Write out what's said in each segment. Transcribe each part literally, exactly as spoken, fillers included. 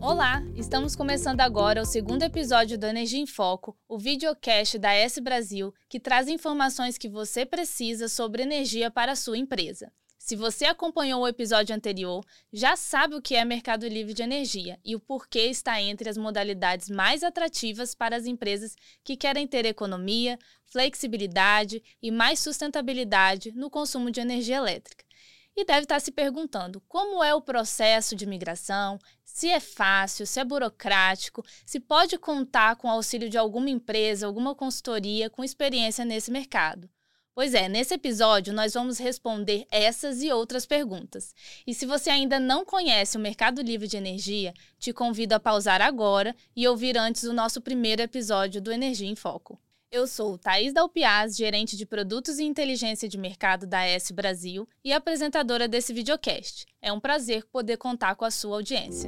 Olá, estamos começando agora o segundo episódio do Energia em Foco, o videocast da A E S Brasil, que traz informações que você precisa sobre energia para a sua empresa. Se você acompanhou o episódio anterior, já sabe o que é Mercado Livre de Energia e o porquê está entre as modalidades mais atrativas para as empresas que querem ter economia, flexibilidade e mais sustentabilidade no consumo de energia elétrica. E deve estar se perguntando como é o processo de migração, se é fácil, se é burocrático, se pode contar com o auxílio de alguma empresa, alguma consultoria com experiência nesse mercado. Pois é, nesse episódio nós vamos responder essas e outras perguntas. E se você ainda não conhece o Mercado Livre de Energia, te convido a pausar agora e ouvir antes o nosso primeiro episódio do Energia em Foco. Eu sou Thaís Dalpiaz, gerente de Produtos e Inteligência de Mercado da A E S Brasil e apresentadora desse videocast. É um prazer poder contar com a sua audiência.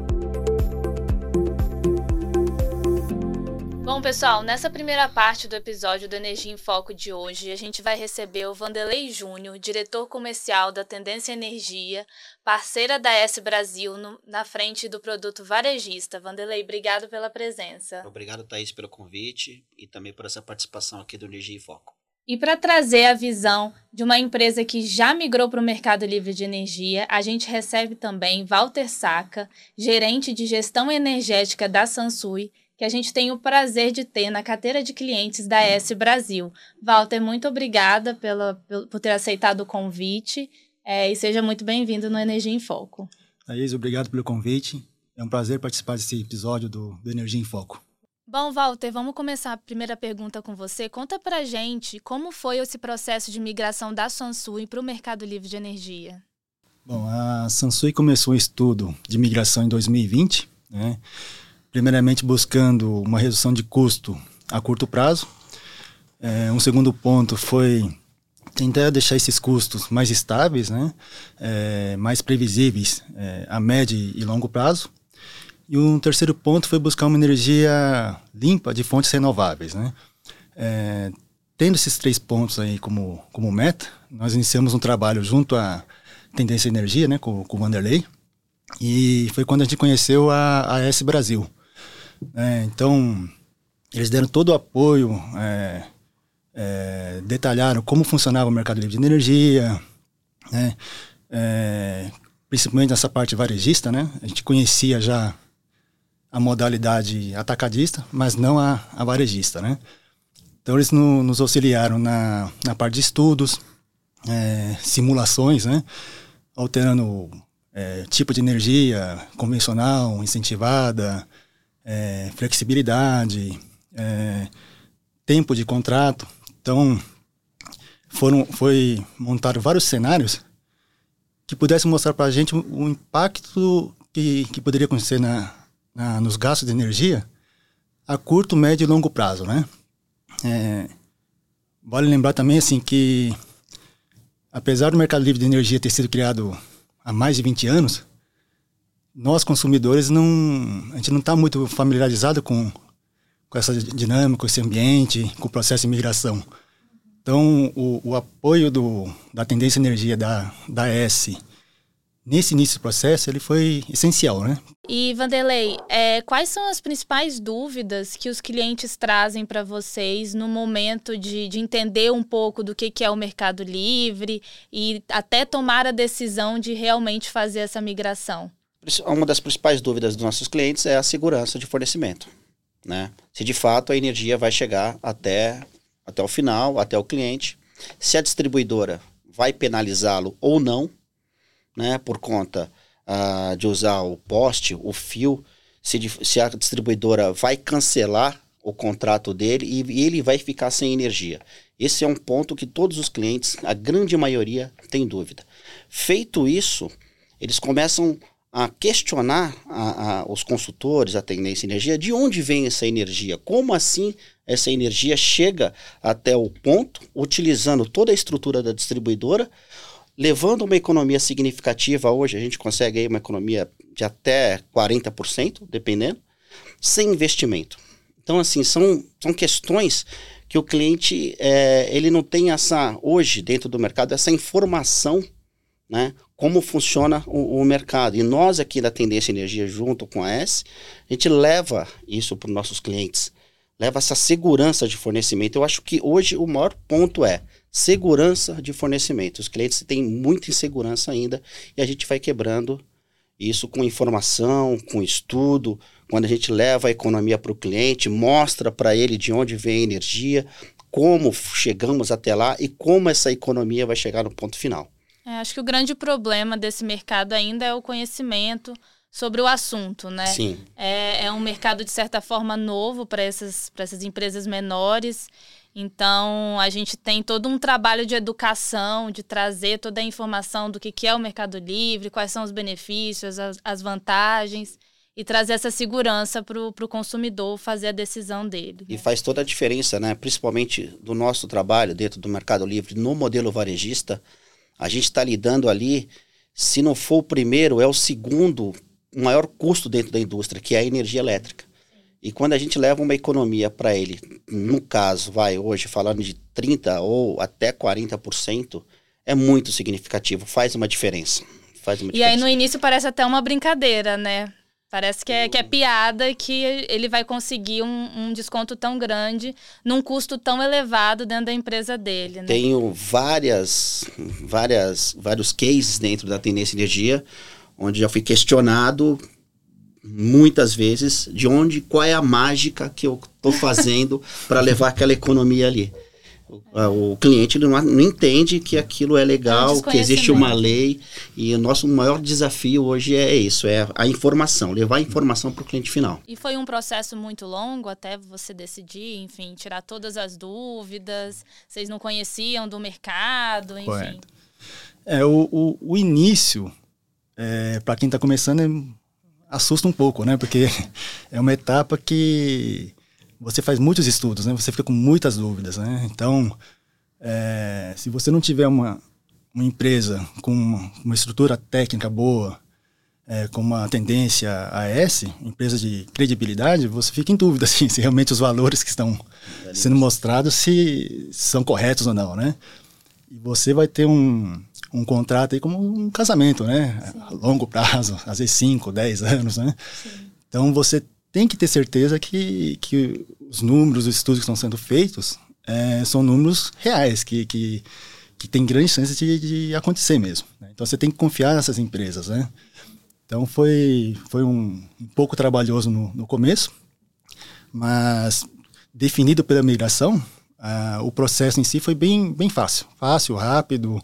Bom, pessoal, nessa primeira parte do episódio do Energia em Foco de hoje, a gente vai receber o Vanderlei Júnior, diretor comercial da Tendência Energia, parceira da A E S Brasil no, na frente do produto varejista. Vanderlei, obrigado pela presença. Obrigado, Thaís, pelo convite e também por essa participação aqui do Energia em Foco. E para trazer a visão de uma empresa que já migrou para o Mercado Livre de Energia, a gente recebe também Walter Saca, gerente de gestão energética da Sansui, que a gente tem o prazer de ter na carteira de clientes da A E S Brasil. Walter, muito obrigada pela, por ter aceitado o convite é, e seja muito bem-vindo no Energia em Foco. Thaís, obrigado pelo convite. É um prazer participar desse episódio do, do Energia em Foco. Bom, Walter, vamos começar a primeira pergunta com você. Conta pra gente como foi esse processo de migração da Sansui para o Mercado Livre de Energia. Bom, a Sansui começou o estudo de migração em dois mil e vinte, né? Primeiramente buscando uma redução de custo a curto prazo. É, um segundo ponto foi tentar deixar esses custos mais estáveis, né? É, mais previsíveis é, a médio e longo prazo. E um terceiro ponto foi buscar uma energia limpa de fontes renováveis, né? É, tendo esses três pontos aí como, como meta, nós iniciamos um trabalho junto à Tendência Energia, né? com, com o Vanderlei, e foi quando a gente conheceu a, a A E S Brasil. É, então, eles deram todo o apoio, é, é, detalharam como funcionava o Mercado Livre de Energia, né? É, principalmente nessa parte varejista, né? A gente conhecia já a modalidade atacadista, mas não a, a varejista, né? Então, eles no, nos auxiliaram na, na parte de estudos, é, simulações, né? Alterando é, tipo de energia convencional, incentivada, É, flexibilidade, é, tempo de contrato. Então, foram, foi montado vários cenários que pudessem mostrar para a gente o, o impacto que, que poderia acontecer na, na, nos gastos de energia a curto, médio e longo prazo, né? É, vale lembrar também assim, que, apesar do Mercado Livre de Energia ter sido criado há mais de vinte anos, nós, consumidores, não, a gente não está muito familiarizado com, com essa dinâmica, com esse ambiente, com o processo de migração. Então, o, o apoio do, da Tendência Energia da, da A E S nesse início do processo, ele foi essencial, né? E, Vanderlei, é, quais são as principais dúvidas que os clientes trazem para vocês no momento de, de entender um pouco do que, que é o Mercado Livre e até tomar a decisão de realmente fazer essa migração? Uma das principais dúvidas dos nossos clientes é a segurança de fornecimento, né? Se de fato a energia vai chegar até, até o final, até o cliente, se a distribuidora vai penalizá-lo ou não, né? Por conta uh, de usar o poste, o fio, se, se a distribuidora vai cancelar o contrato dele e, e ele vai ficar sem energia. Esse é um ponto que todos os clientes, a grande maioria, tem dúvida. Feito isso, eles começam a questionar a, a, os consultores, a Tendência Energia, de onde vem essa energia, como assim essa energia chega até o ponto, utilizando toda a estrutura da distribuidora, levando uma economia significativa. Hoje a gente consegue aí uma economia de até quarenta por cento, dependendo, sem investimento. Então, assim, são, são questões que o cliente, é, ele não tem essa, hoje, dentro do mercado, essa informação né, como funciona o, o mercado. E nós aqui da Tendência Energia, junto com a S, a gente leva isso para os nossos clientes, leva essa segurança de fornecimento. Eu acho que hoje o maior ponto é segurança de fornecimento. Os clientes têm muita insegurança ainda e a gente vai quebrando isso com informação, com estudo. Quando a gente leva a economia para o cliente, mostra para ele de onde vem a energia, como chegamos até lá e como essa economia vai chegar no ponto final. É, acho que o grande problema desse mercado ainda é o conhecimento sobre o assunto, né? Sim. É, é um mercado, de certa forma, novo para essas, para essas empresas menores. Então, a gente tem todo um trabalho de educação, de trazer toda a informação do que, que é o Mercado Livre, quais são os benefícios, as, as vantagens, e trazer essa segurança para o consumidor fazer a decisão dele. E né? faz toda a diferença, né? Principalmente do nosso trabalho dentro do Mercado Livre, no modelo varejista. A gente está lidando ali, se não for o primeiro, é o segundo maior custo dentro da indústria, que é a energia elétrica. E quando a gente leva uma economia para ele, no caso, vai hoje falando de trinta por cento ou até quarenta por cento, é muito significativo, faz uma diferença. Faz uma e diferença. aí no início parece até uma brincadeira, né? Parece que é, que é piada que ele vai conseguir um, um desconto tão grande num custo tão elevado dentro da empresa dele. Né? Tenho várias, várias, vários cases dentro da Tendência Energia, onde já fui questionado muitas vezes de onde, qual é a mágica que eu estou fazendo para levar aquela economia ali. O, o cliente não, não entende que aquilo é legal, é um que existe uma lei, e o nosso maior desafio hoje é isso, é a informação, levar a informação para o cliente final. E foi um processo muito longo até você decidir, enfim, tirar todas as dúvidas, vocês não conheciam do mercado, enfim. Correto. É, o, o, o início, é, para quem está começando, é, assusta um pouco, né? Porque é uma etapa que você faz muitos estudos, né? Você fica com muitas dúvidas, né? Então, é, se você não tiver uma, uma empresa com uma, uma estrutura técnica boa, é, com uma tendência A S, empresa de credibilidade, você fica em dúvida assim, se realmente os valores que estão sendo mostrados se são corretos ou não, né? E você vai ter um, um contrato aí como um casamento, né? Sim. A longo prazo, às vezes cinco, dez anos, né? Sim. Então, você tem que ter certeza que, que os números, os estudos que estão sendo feitos é, são números reais, que, que, que tem grande chance de, de acontecer mesmo. Né? Então, você tem que confiar nessas empresas, né? Então, foi, foi um, um pouco trabalhoso no, no começo, mas definido pela migração, ah, o processo em si foi bem, bem fácil. Fácil, rápido.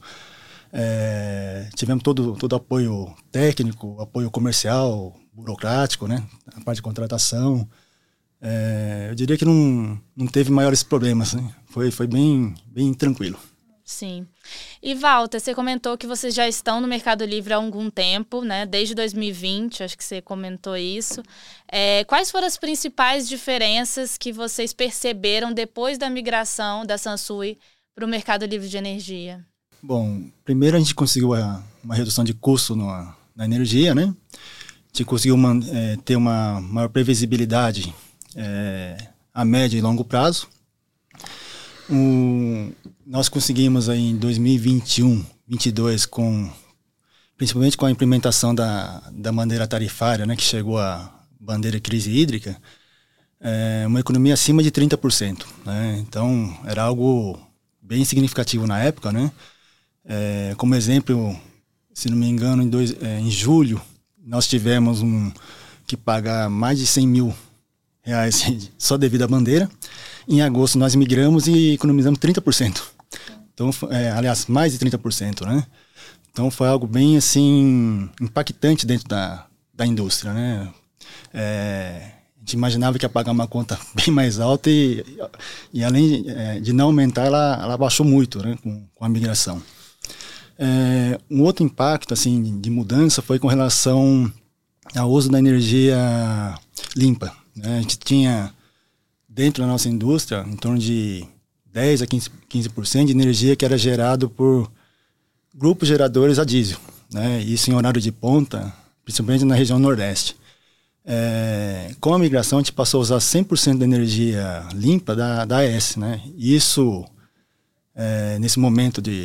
É, tivemos todo todo apoio técnico, apoio comercial, burocrático, né? A parte de contratação. É, eu diria que não, não teve maiores problemas, né? Foi, foi bem, bem tranquilo. Sim. E Walter, você comentou que vocês já estão no Mercado Livre há algum tempo, né? Desde dois mil e vinte, acho que você comentou isso. É, quais foram as principais diferenças que vocês perceberam depois da migração da Sansui para o Mercado Livre de Energia? Bom, primeiro a gente conseguiu uma, uma redução de custo na, na energia, né? A gente conseguiu uma, é, ter uma maior previsibilidade é, a médio e longo prazo. Um, nós conseguimos aí em dois mil e vinte e um, vinte e dois, com, principalmente com a implementação da, da bandeira tarifária, né, que chegou a bandeira crise hídrica, é, uma economia acima de trinta por cento. Né? Então, era algo bem significativo na época, né? É, como exemplo, se não me engano, em, dois, é, em julho, nós tivemos um, que pagar mais de cem mil reais só devido à bandeira. Em agosto, nós migramos e economizamos trinta por cento. Então, é, aliás, mais de trinta por cento, né? Então, foi algo bem, assim, impactante dentro da, da indústria, né? É, a gente imaginava que ia pagar uma conta bem mais alta e, e além é, de não aumentar, ela, ela baixou muito, né, com, com a migração. É, um outro impacto assim, de mudança foi com relação ao uso da energia limpa. Né? A gente tinha, dentro da nossa indústria, em torno de dez a quinze por cento de energia que era gerado por grupos geradores a diesel. Né? Isso em horário de ponta, principalmente na região nordeste. É, com a migração, a gente passou a usar cem por cento da energia limpa da, da A E S. Né? Isso, é, nesse momento de... de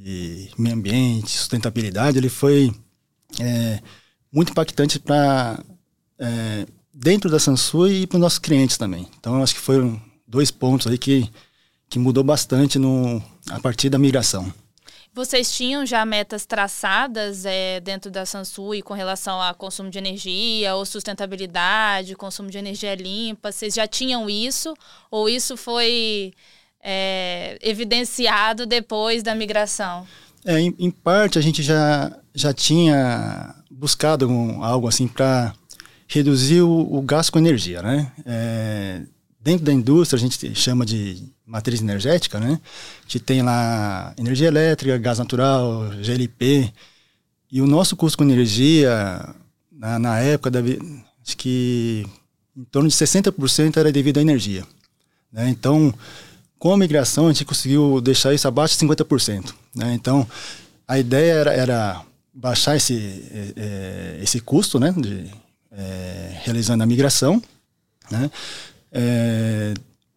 de meio ambiente, sustentabilidade, ele foi é, muito impactante para é, dentro da Sansui e para os nossos clientes também. Então, eu acho que foram dois pontos aí que, que mudou bastante no, a partir da migração. Vocês tinham já metas traçadas é, dentro da Sansui com relação a consumo de energia ou sustentabilidade, consumo de energia limpa? Vocês já tinham isso ou isso foi é, evidenciado depois da migração? É, em, em parte, a gente já, já tinha buscado um, algo assim para reduzir o, o gasto com energia, né? É, dentro da indústria, a gente chama de matriz energética, né? A gente tem lá energia elétrica, gás natural, G L P. E o nosso custo com energia, na, na época, deve, acho que em torno de sessenta por cento era devido à energia, né? Então, com a migração, a gente conseguiu deixar isso abaixo de cinquenta por cento, né? Então, a ideia era, era baixar esse, é, esse custo, né? De, é, realizando a migração, né? É,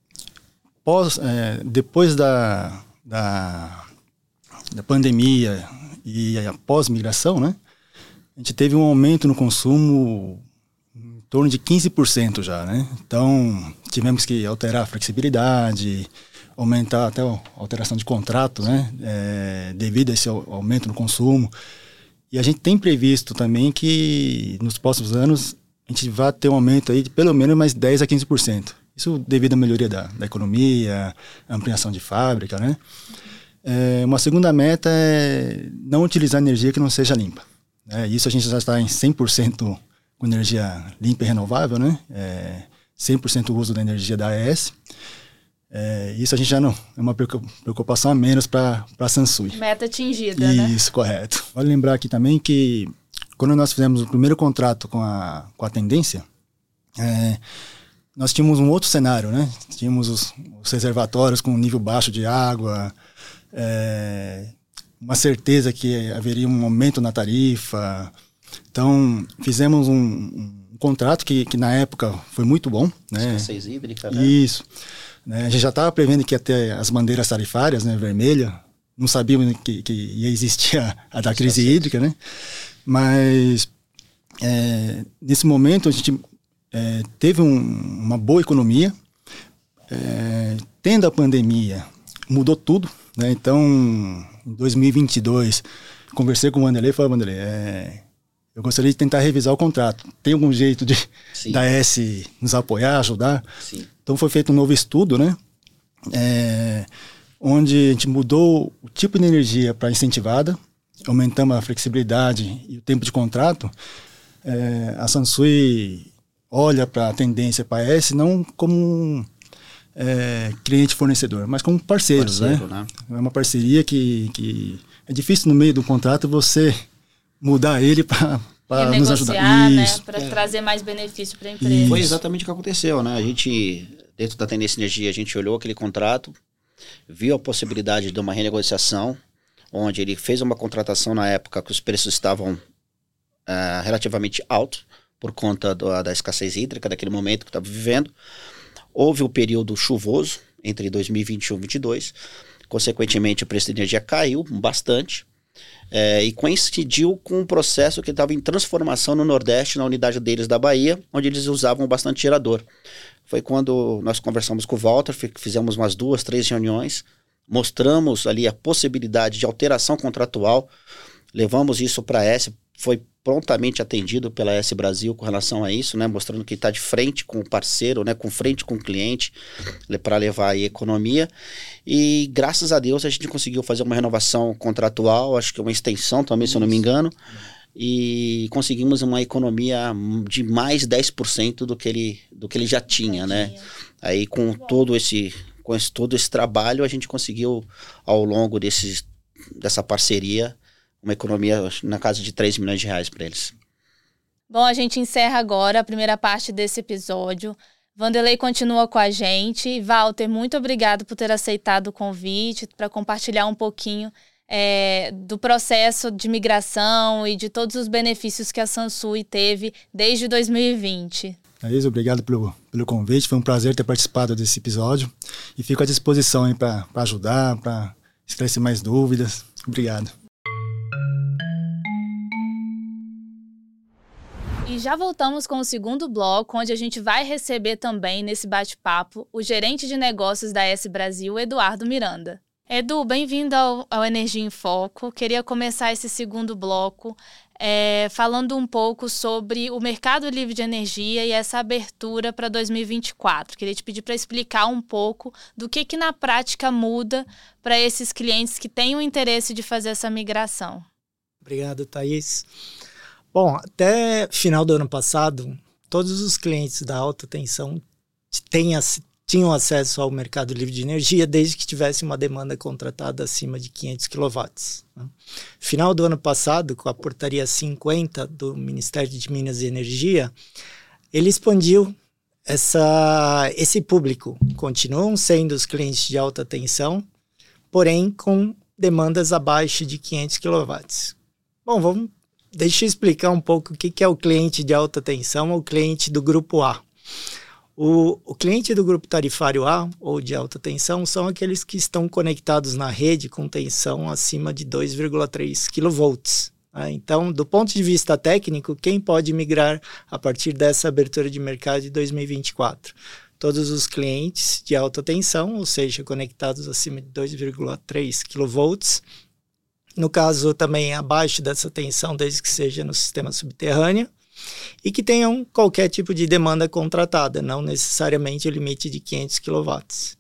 pós, é, depois da, da, da pandemia e após migração, né, a gente teve um aumento no consumo em torno de quinze por cento já, né? Então tivemos que alterar a flexibilidade, aumentar até a alteração de contrato, né, é, devido a esse aumento no consumo. E a gente tem previsto também que nos próximos anos a gente vai ter um aumento aí de pelo menos mais dez a quinze por cento. Isso devido à melhoria da, da economia, ampliação de fábrica, né? É, uma segunda meta é não utilizar energia que não seja limpa, né? Isso a gente já está em cem por cento com energia limpa e renovável, né? É, cem por cento uso da energia da A E S. É, isso a gente já não é uma preocupação a menos para a Sansui. Meta atingida, né? Isso, correto. Vale lembrar aqui também que quando nós fizemos o primeiro contrato com a, com a Tendência, é, nós tínhamos um outro cenário, né? Tínhamos os, os reservatórios com nível baixo de água, é, uma certeza que haveria um aumento na tarifa. Então, fizemos um, um contrato que, que na época foi muito bom, né? Escassez hídrica, né? Isso. Né? A gente já estava prevendo que ia ter as bandeiras tarifárias, né? Vermelha. Não sabíamos que, que ia existir a, a da crise hídrica, né? Mas, é, nesse momento, a gente é, teve um, uma boa economia. É, tendo a pandemia, mudou tudo, né? Então, em dois mil e vinte e dois, conversei com o Wanderlei e falei, Wanderlei, é, eu gostaria de tentar revisar o contrato. Tem algum jeito de Sim. da A E S nos apoiar, ajudar? Sim. Então, foi feito um novo estudo, né? É, onde a gente mudou o tipo de energia para incentivada, aumentamos a flexibilidade e o tempo de contrato. É, a Sansui olha para a Tendência para a A E S não como um é, cliente-fornecedor, mas como parceiros. Parceiro, né? Né? É uma parceria que, que é difícil no meio do contrato você mudar ele para nos ajudar. Né? Para é. trazer mais benefício para a empresa. Isso. Foi exatamente o que aconteceu, né? A gente, dentro da Tendência Energia, a gente olhou aquele contrato, viu a possibilidade de uma renegociação, onde ele fez uma contratação na época que os preços estavam uh, relativamente altos, por conta do, da escassez hídrica, daquele momento que estava vivendo. Houve o período chuvoso, entre dois mil e vinte e um e dois mil e vinte e dois, consequentemente o preço da energia caiu bastante, é, e coincidiu com um processo que estava em transformação no Nordeste, na unidade deles da Bahia, onde eles usavam bastante gerador. Foi quando nós conversamos com o Walter, fizemos umas duas, três reuniões, mostramos ali a possibilidade de alteração contratual, levamos isso para a S, foi prontamente atendido pela S Brasil com relação a isso, né, mostrando que está de frente com o parceiro, né, com frente com o cliente, para levar aí a economia. E graças a Deus a gente conseguiu fazer uma renovação contratual, acho que uma extensão também, se eu não me engano, e conseguimos uma economia de mais dez por cento do que ele, do que ele já tinha, né? Aí com todo esse, com esse, todo esse trabalho a gente conseguiu, ao longo desses, dessa parceria, uma economia na casa de três milhões de reais para eles. Bom, a gente encerra agora a primeira parte desse episódio. Wanderlei continua com a gente. Walter, muito obrigado por ter aceitado o convite para compartilhar um pouquinho é, do processo de migração e de todos os benefícios que a Sansui teve desde dois mil e vinte. Thaís, obrigado pelo, pelo convite. Foi um prazer ter participado desse episódio e fico à disposição para ajudar, para esclarecer mais dúvidas. Obrigado. E já voltamos com o segundo bloco, onde a gente vai receber também, nesse bate-papo, o gerente de negócios da S Brasil, Eduardo Miranda. Edu, bem-vindo ao, ao Energia em Foco. Queria começar esse segundo bloco é, falando um pouco sobre o mercado livre de energia e essa abertura para dois mil e vinte e quatro. Queria te pedir para explicar um pouco do que, que na prática muda para esses clientes que têm o interesse de fazer essa migração. Obrigado, Thaís. Bom, até final do ano passado, todos os clientes da alta tensão têm, tinham acesso ao mercado livre de energia desde que tivesse uma demanda contratada acima de quinhentos quilowatts. Né? Final do ano passado, com a portaria cinquenta do Ministério de Minas e Energia, ele expandiu essa, esse público. Continuam sendo os clientes de alta tensão, porém com demandas abaixo de quinhentos quilowatts. Bom, vamos Deixa eu explicar um pouco o que, que é o cliente de alta tensão ou o cliente do grupo A. O, o cliente do grupo tarifário A ou de alta tensão são aqueles que estão conectados na rede com tensão acima de dois vírgula três quilovolts. Né? Então, do ponto de vista técnico, quem pode migrar a partir dessa abertura de mercado de dois mil e vinte e quatro? Todos os clientes de alta tensão, ou seja, conectados acima de dois vírgula três quilovolts, no caso também abaixo dessa tensão, desde que seja no sistema subterrâneo, e que tenham qualquer tipo de demanda contratada, não necessariamente o limite de quinhentos quilowatts.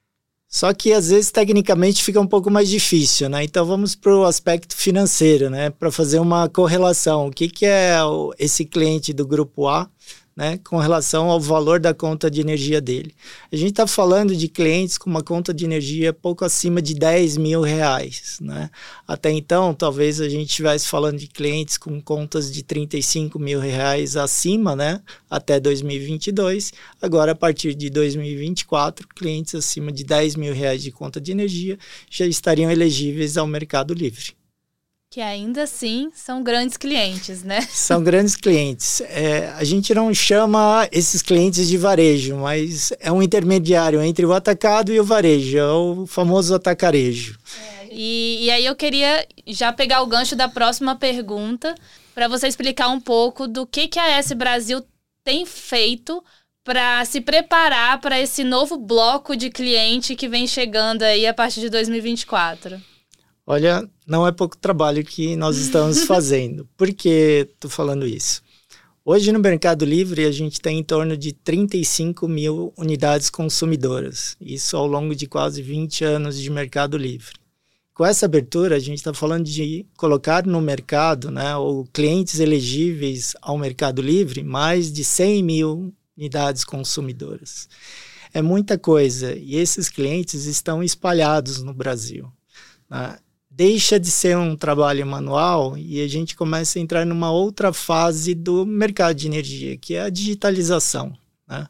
Só que às vezes tecnicamente fica um pouco mais difícil, né? Então vamos para o aspecto financeiro, né? Para fazer uma correlação. O que, que é o, esse cliente do grupo A, né, com relação ao valor da conta de energia dele? A gente está falando de clientes com uma conta de energia pouco acima de dez mil reais, né? Até então, talvez a gente estivesse falando de clientes com contas de trinta e cinco mil reais acima, né, até dois mil e vinte e dois. Agora, a partir de dois mil e vinte e quatro, clientes acima de dez mil reais de conta de energia já estariam elegíveis ao Mercado Livre. Que ainda assim são grandes clientes, né? São grandes clientes. É, a gente não chama esses clientes de varejo, mas é um intermediário entre o atacado e o varejo, é o famoso atacarejo. É, e, e aí eu queria já pegar o gancho da próxima pergunta para você explicar um pouco do que, que a S Brasil tem feito para se preparar para esse novo bloco de cliente que vem chegando aí a partir de dois mil e vinte e quatro. Olha, não é pouco trabalho que nós estamos fazendo. Por que estou falando isso? Hoje no Mercado Livre a gente tem em torno de trinta e cinco mil unidades consumidoras. Isso ao longo de quase vinte anos de Mercado Livre. Com essa abertura a gente está falando de colocar no mercado, né, ou clientes elegíveis ao Mercado Livre, mais de cem mil unidades consumidoras. É muita coisa e esses clientes estão espalhados no Brasil, né? Deixa de ser um trabalho manual e a gente começa a entrar numa outra fase do mercado de energia, que é a digitalização, né?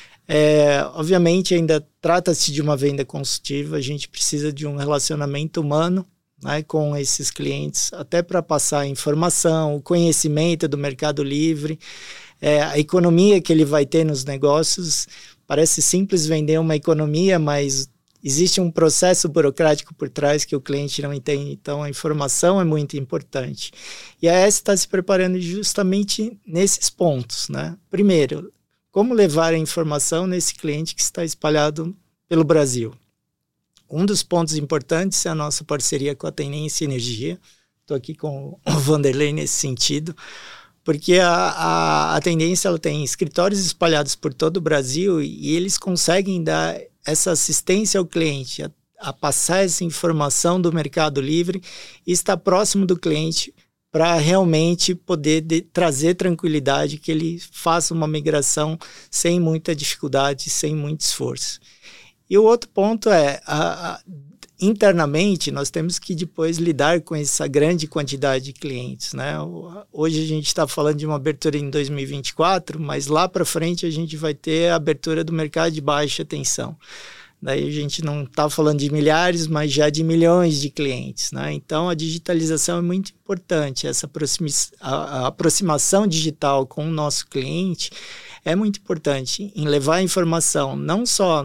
É, obviamente, ainda trata-se de uma venda consultiva, a gente precisa de um relacionamento humano, né, com esses clientes, até para passar a informação, o conhecimento do Mercado Livre, é, a economia que ele vai ter nos negócios. Parece simples vender uma economia, mas existe um processo burocrático por trás que o cliente não entende, então a informação é muito importante. E a S está se preparando justamente nesses pontos, né? Primeiro, como levar a informação nesse cliente que está espalhado pelo Brasil? Um dos pontos importantes é a nossa parceria com a Tendência Energia. Estou aqui com o Vanderlei nesse sentido, porque a, a, a Tendência ela tem escritórios espalhados por todo o Brasil e eles conseguem dar essa assistência ao cliente, a, a passar essa informação do Mercado Livre e estar próximo do cliente para realmente poder de, trazer tranquilidade, que ele faça uma migração sem muita dificuldade, sem muito esforço. E o outro ponto é, a, a, internamente, nós temos que depois lidar com essa grande quantidade de clientes, né? Hoje a gente está falando de uma abertura em dois mil e vinte e quatro, mas lá para frente a gente vai ter a abertura do mercado de baixa tensão. Daí a gente não está falando de milhares, mas já de milhões de clientes, né? Então a digitalização é muito importante, essa aproxima- a, a aproximação digital com o nosso cliente é muito importante em levar a informação não só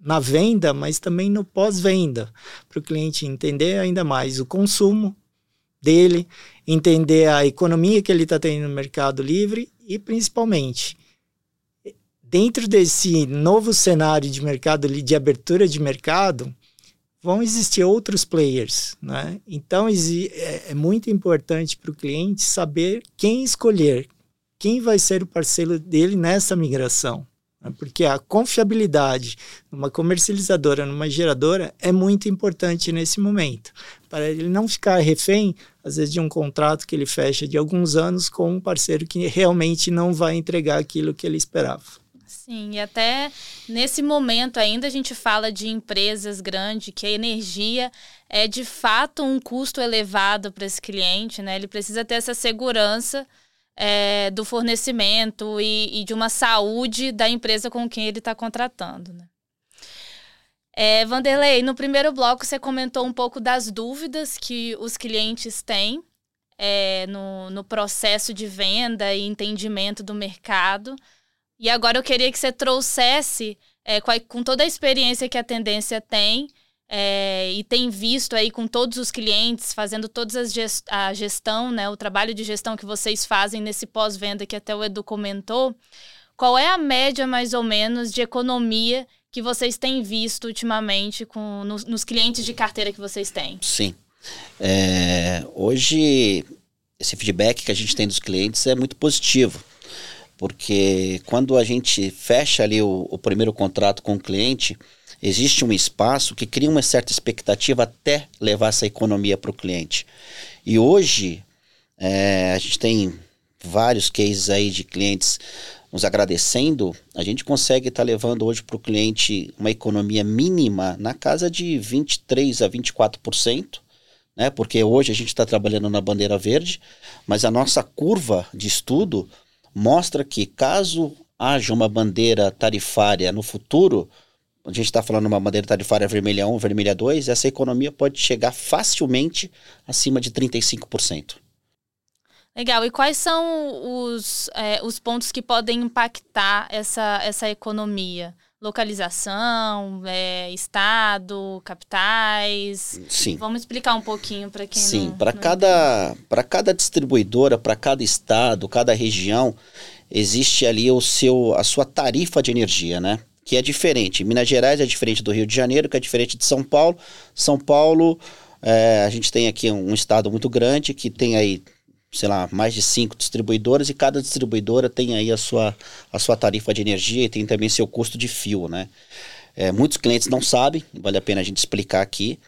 na venda, mas também no pós-venda, para o cliente entender ainda mais o consumo dele, entender a economia que ele está tendo no Mercado Livre e, principalmente, dentro desse novo cenário de mercado, de abertura de mercado, vão existir outros players, né? Então, é muito importante para o cliente saber quem escolher, quem vai ser o parceiro dele nessa migração. Né? Porque a confiabilidade numa comercializadora, numa geradora, é muito importante nesse momento, para ele não ficar refém, às vezes, de um contrato que ele fecha de alguns anos com um parceiro que realmente não vai entregar aquilo que ele esperava. Sim, e até nesse momento ainda a gente fala de empresas grandes, que a energia é de fato um custo elevado para esse cliente, né? Ele precisa ter essa segurança é, do fornecimento e, e de uma saúde da empresa com quem ele está contratando, né? É, Vanderlei, no primeiro bloco você comentou um pouco das dúvidas que os clientes têm é, no, no processo de venda e entendimento do mercado. E agora eu queria que você trouxesse, é, com, a, com toda a experiência que a Tendência tem, é, e tem visto aí com todos os clientes, fazendo toda gest, a gestão, né, o trabalho de gestão que vocês fazem nesse pós-venda que até o Edu comentou, qual é a média, mais ou menos, de economia que vocês têm visto ultimamente com, nos, nos clientes de carteira que vocês têm? Sim. É, hoje, esse feedback que a gente tem dos clientes é muito positivo. Porque quando a gente fecha ali o, o primeiro contrato com o cliente, existe um espaço que cria uma certa expectativa até levar essa economia para o cliente. E hoje, é, a gente tem vários cases aí de clientes nos agradecendo, a gente consegue estar tá levando hoje para o cliente uma economia mínima na casa de vinte e três a vinte e quatro por cento, né? Porque hoje a gente está trabalhando na bandeira verde, mas a nossa curva de estudo mostra que caso haja uma bandeira tarifária no futuro, a gente está falando uma bandeira tarifária vermelha um, vermelha dois, essa economia pode chegar facilmente acima de trinta e cinco por cento. Legal. E quais são os, é, os pontos que podem impactar essa, essa economia? Localização, é, estado, capitais? Sim. Vamos explicar um pouquinho para quem Sim, não... para cada, para cada distribuidora, para cada estado, cada região, existe ali o seu, a sua tarifa de energia, né? Que é diferente. Minas Gerais é diferente do Rio de Janeiro, que é diferente de São Paulo. São Paulo, é, a gente tem aqui um, um estado muito grande que tem aí, sei lá, mais de cinco distribuidoras, e cada distribuidora tem aí a sua, a sua tarifa de energia e tem também seu custo de fio, né? É, muitos clientes não sabem, vale a pena a gente explicar aqui,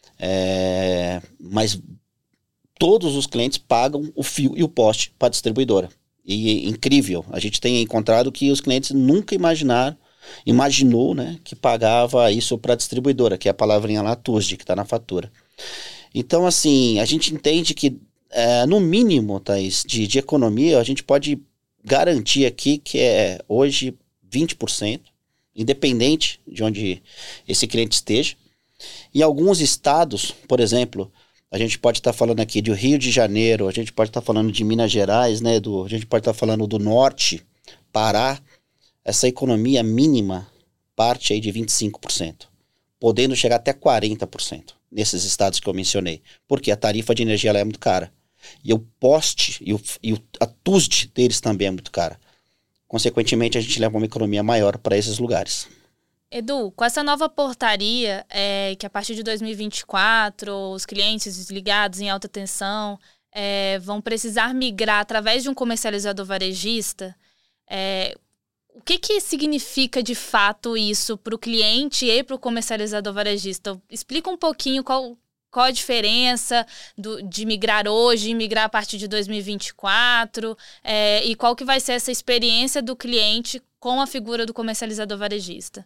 é, mas todos os clientes pagam o fio e o poste para a distribuidora. E incrível, a gente tem encontrado que os clientes nunca imaginaram, imaginou, né, que pagava isso para a distribuidora, que é a palavrinha lá, T U S D, que está na fatura. Então, assim, a gente entende que É, no mínimo, Thaís, de, de economia, a gente pode garantir aqui que é hoje vinte por cento, independente de onde esse cliente esteja. Em alguns estados, por exemplo, a gente pode estar tá falando aqui do Rio de Janeiro, a gente pode estar tá falando de Minas Gerais, né, do, a gente pode estar tá falando do Norte, Pará, essa economia mínima parte aí de vinte e cinco por cento, podendo chegar até quarenta por cento nesses estados que eu mencionei, porque a tarifa de energia ela é muito cara. E o poste e, o, e o, a T U S D deles também é muito cara. Consequentemente, a gente leva uma economia maior para esses lugares. Edu, com essa nova portaria, é, que a partir de dois mil e vinte e quatro, os clientes desligados em alta tensão é, vão precisar migrar através de um comercializador varejista, é, o que, que significa de fato isso para o cliente e para o comercializador varejista? Explica um pouquinho qual... Qual a diferença do, de migrar hoje e migrar a partir de dois mil e vinte e quatro? É, e qual que vai ser essa experiência do cliente com a figura do comercializador varejista?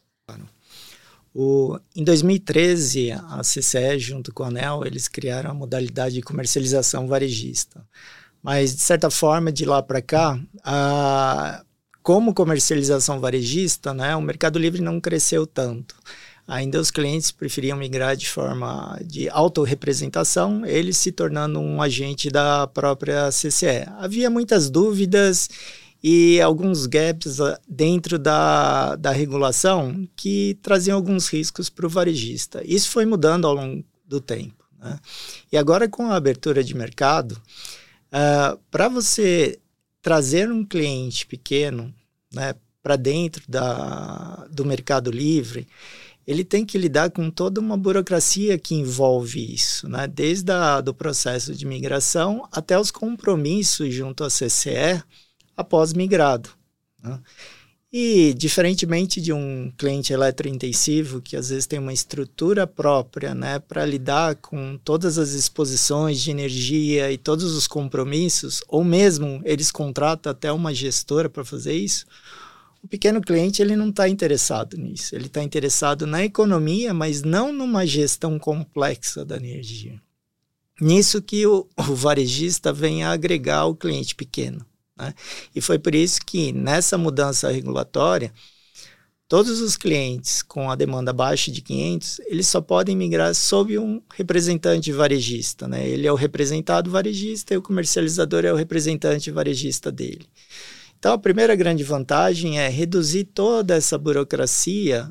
O, em dois mil e treze, a C C E, junto com a ANEEL, eles criaram a modalidade de comercialização varejista. Mas, de certa forma, de lá para cá, a, como comercialização varejista, né, o Mercado Livre não cresceu tanto. Ainda os clientes preferiam migrar de forma de autorrepresentação, eles se tornando um agente da própria C C E. Havia muitas dúvidas e alguns gaps dentro da, da regulação que traziam alguns riscos para o varejista. Isso foi mudando ao longo do tempo, né? E agora, com a abertura de mercado, uh, para você trazer um cliente pequeno, né, para dentro da, do Mercado Livre, ele tem que lidar com toda uma burocracia que envolve isso, né? Desde a, do processo de migração até os compromissos junto à C C E após migrado, né? E, diferentemente de um cliente eletrointensivo, que às vezes tem uma estrutura própria, né, para lidar com todas as exposições de energia e todos os compromissos, ou mesmo eles contratam até uma gestora para fazer isso, o pequeno cliente ele não está interessado nisso. Ele está interessado na economia, mas não numa gestão complexa da energia. Nisso que o, o varejista vem a agregar ao cliente pequeno, né? E foi por isso que, nessa mudança regulatória, todos os clientes com a demanda abaixo de quinhentos, eles só podem migrar sob um representante varejista, né? Ele é o representado varejista e o comercializador é o representante varejista dele. Então, a primeira grande vantagem é reduzir toda essa burocracia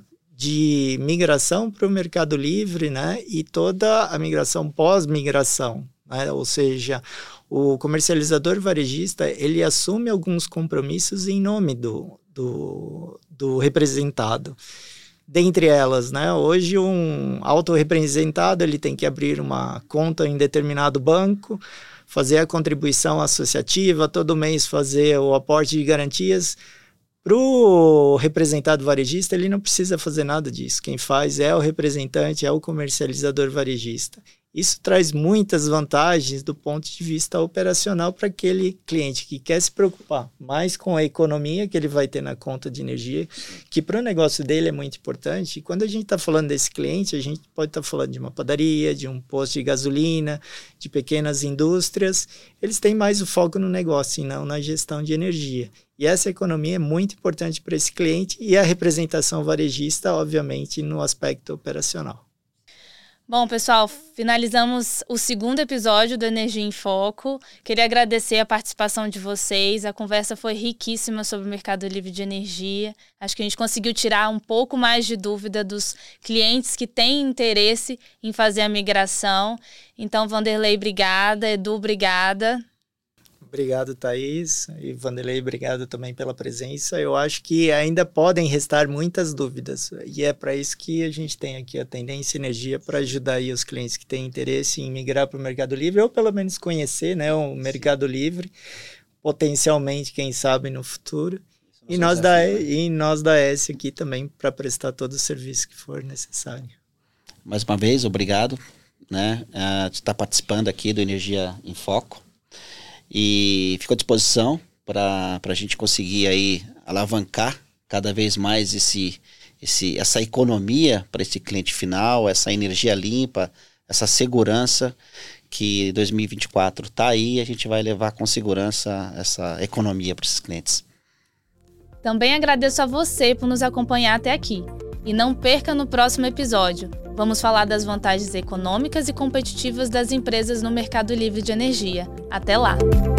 de migração para o Mercado Livre, né? E toda a migração pós-migração, né? Ou seja, o comercializador varejista, ele assume alguns compromissos em nome do, do, do representado. Dentre elas, né, hoje um autorrepresentado ele tem que abrir uma conta em determinado banco, fazer a contribuição associativa, todo mês fazer o aporte de garantias. Para o representado varejista, ele não precisa fazer nada disso. Quem faz é o representante, é o comercializador varejista. Isso traz muitas vantagens do ponto de vista operacional para aquele cliente que quer se preocupar mais com a economia que ele vai ter na conta de energia, que para o negócio dele é muito importante. E quando a gente está falando desse cliente, a gente pode estar tá falando de uma padaria, de um posto de gasolina, de pequenas indústrias. Eles têm mais o foco no negócio e não na gestão de energia. E essa economia é muito importante para esse cliente e a representação varejista, obviamente, no aspecto operacional. Bom, pessoal, finalizamos o segundo episódio do Energia em Foco. Queria agradecer a participação de vocês. A conversa foi riquíssima sobre o mercado livre de energia. Acho que a gente conseguiu tirar um pouco mais de dúvida dos clientes que têm interesse em fazer a migração. Então, Vanderlei, obrigada. Edu, obrigada. Obrigado, Thaís. E Vanderlei, obrigado também pela presença. Eu acho que ainda podem restar muitas dúvidas. E é para isso que a gente tem aqui a Tendência Energia, para ajudar aí os clientes que têm interesse em migrar para o Mercado Livre, ou pelo menos conhecer, né, o Mercado Livre, potencialmente, quem sabe, no futuro. E nós, da, e nós da S aqui também, para prestar todo o serviço que for necessário. Mais uma vez, obrigado, né, uh, de estar participando aqui do Energia em Foco. E fico à disposição para a gente conseguir aí alavancar cada vez mais esse, esse, essa economia para esse cliente final, essa energia limpa, essa segurança que dois mil e vinte e quatro está aí, e a gente vai levar com segurança essa economia para esses clientes. Também agradeço a você por nos acompanhar até aqui. E não perca no próximo episódio. Vamos falar das vantagens econômicas e competitivas das empresas no mercado livre de energia. Até lá!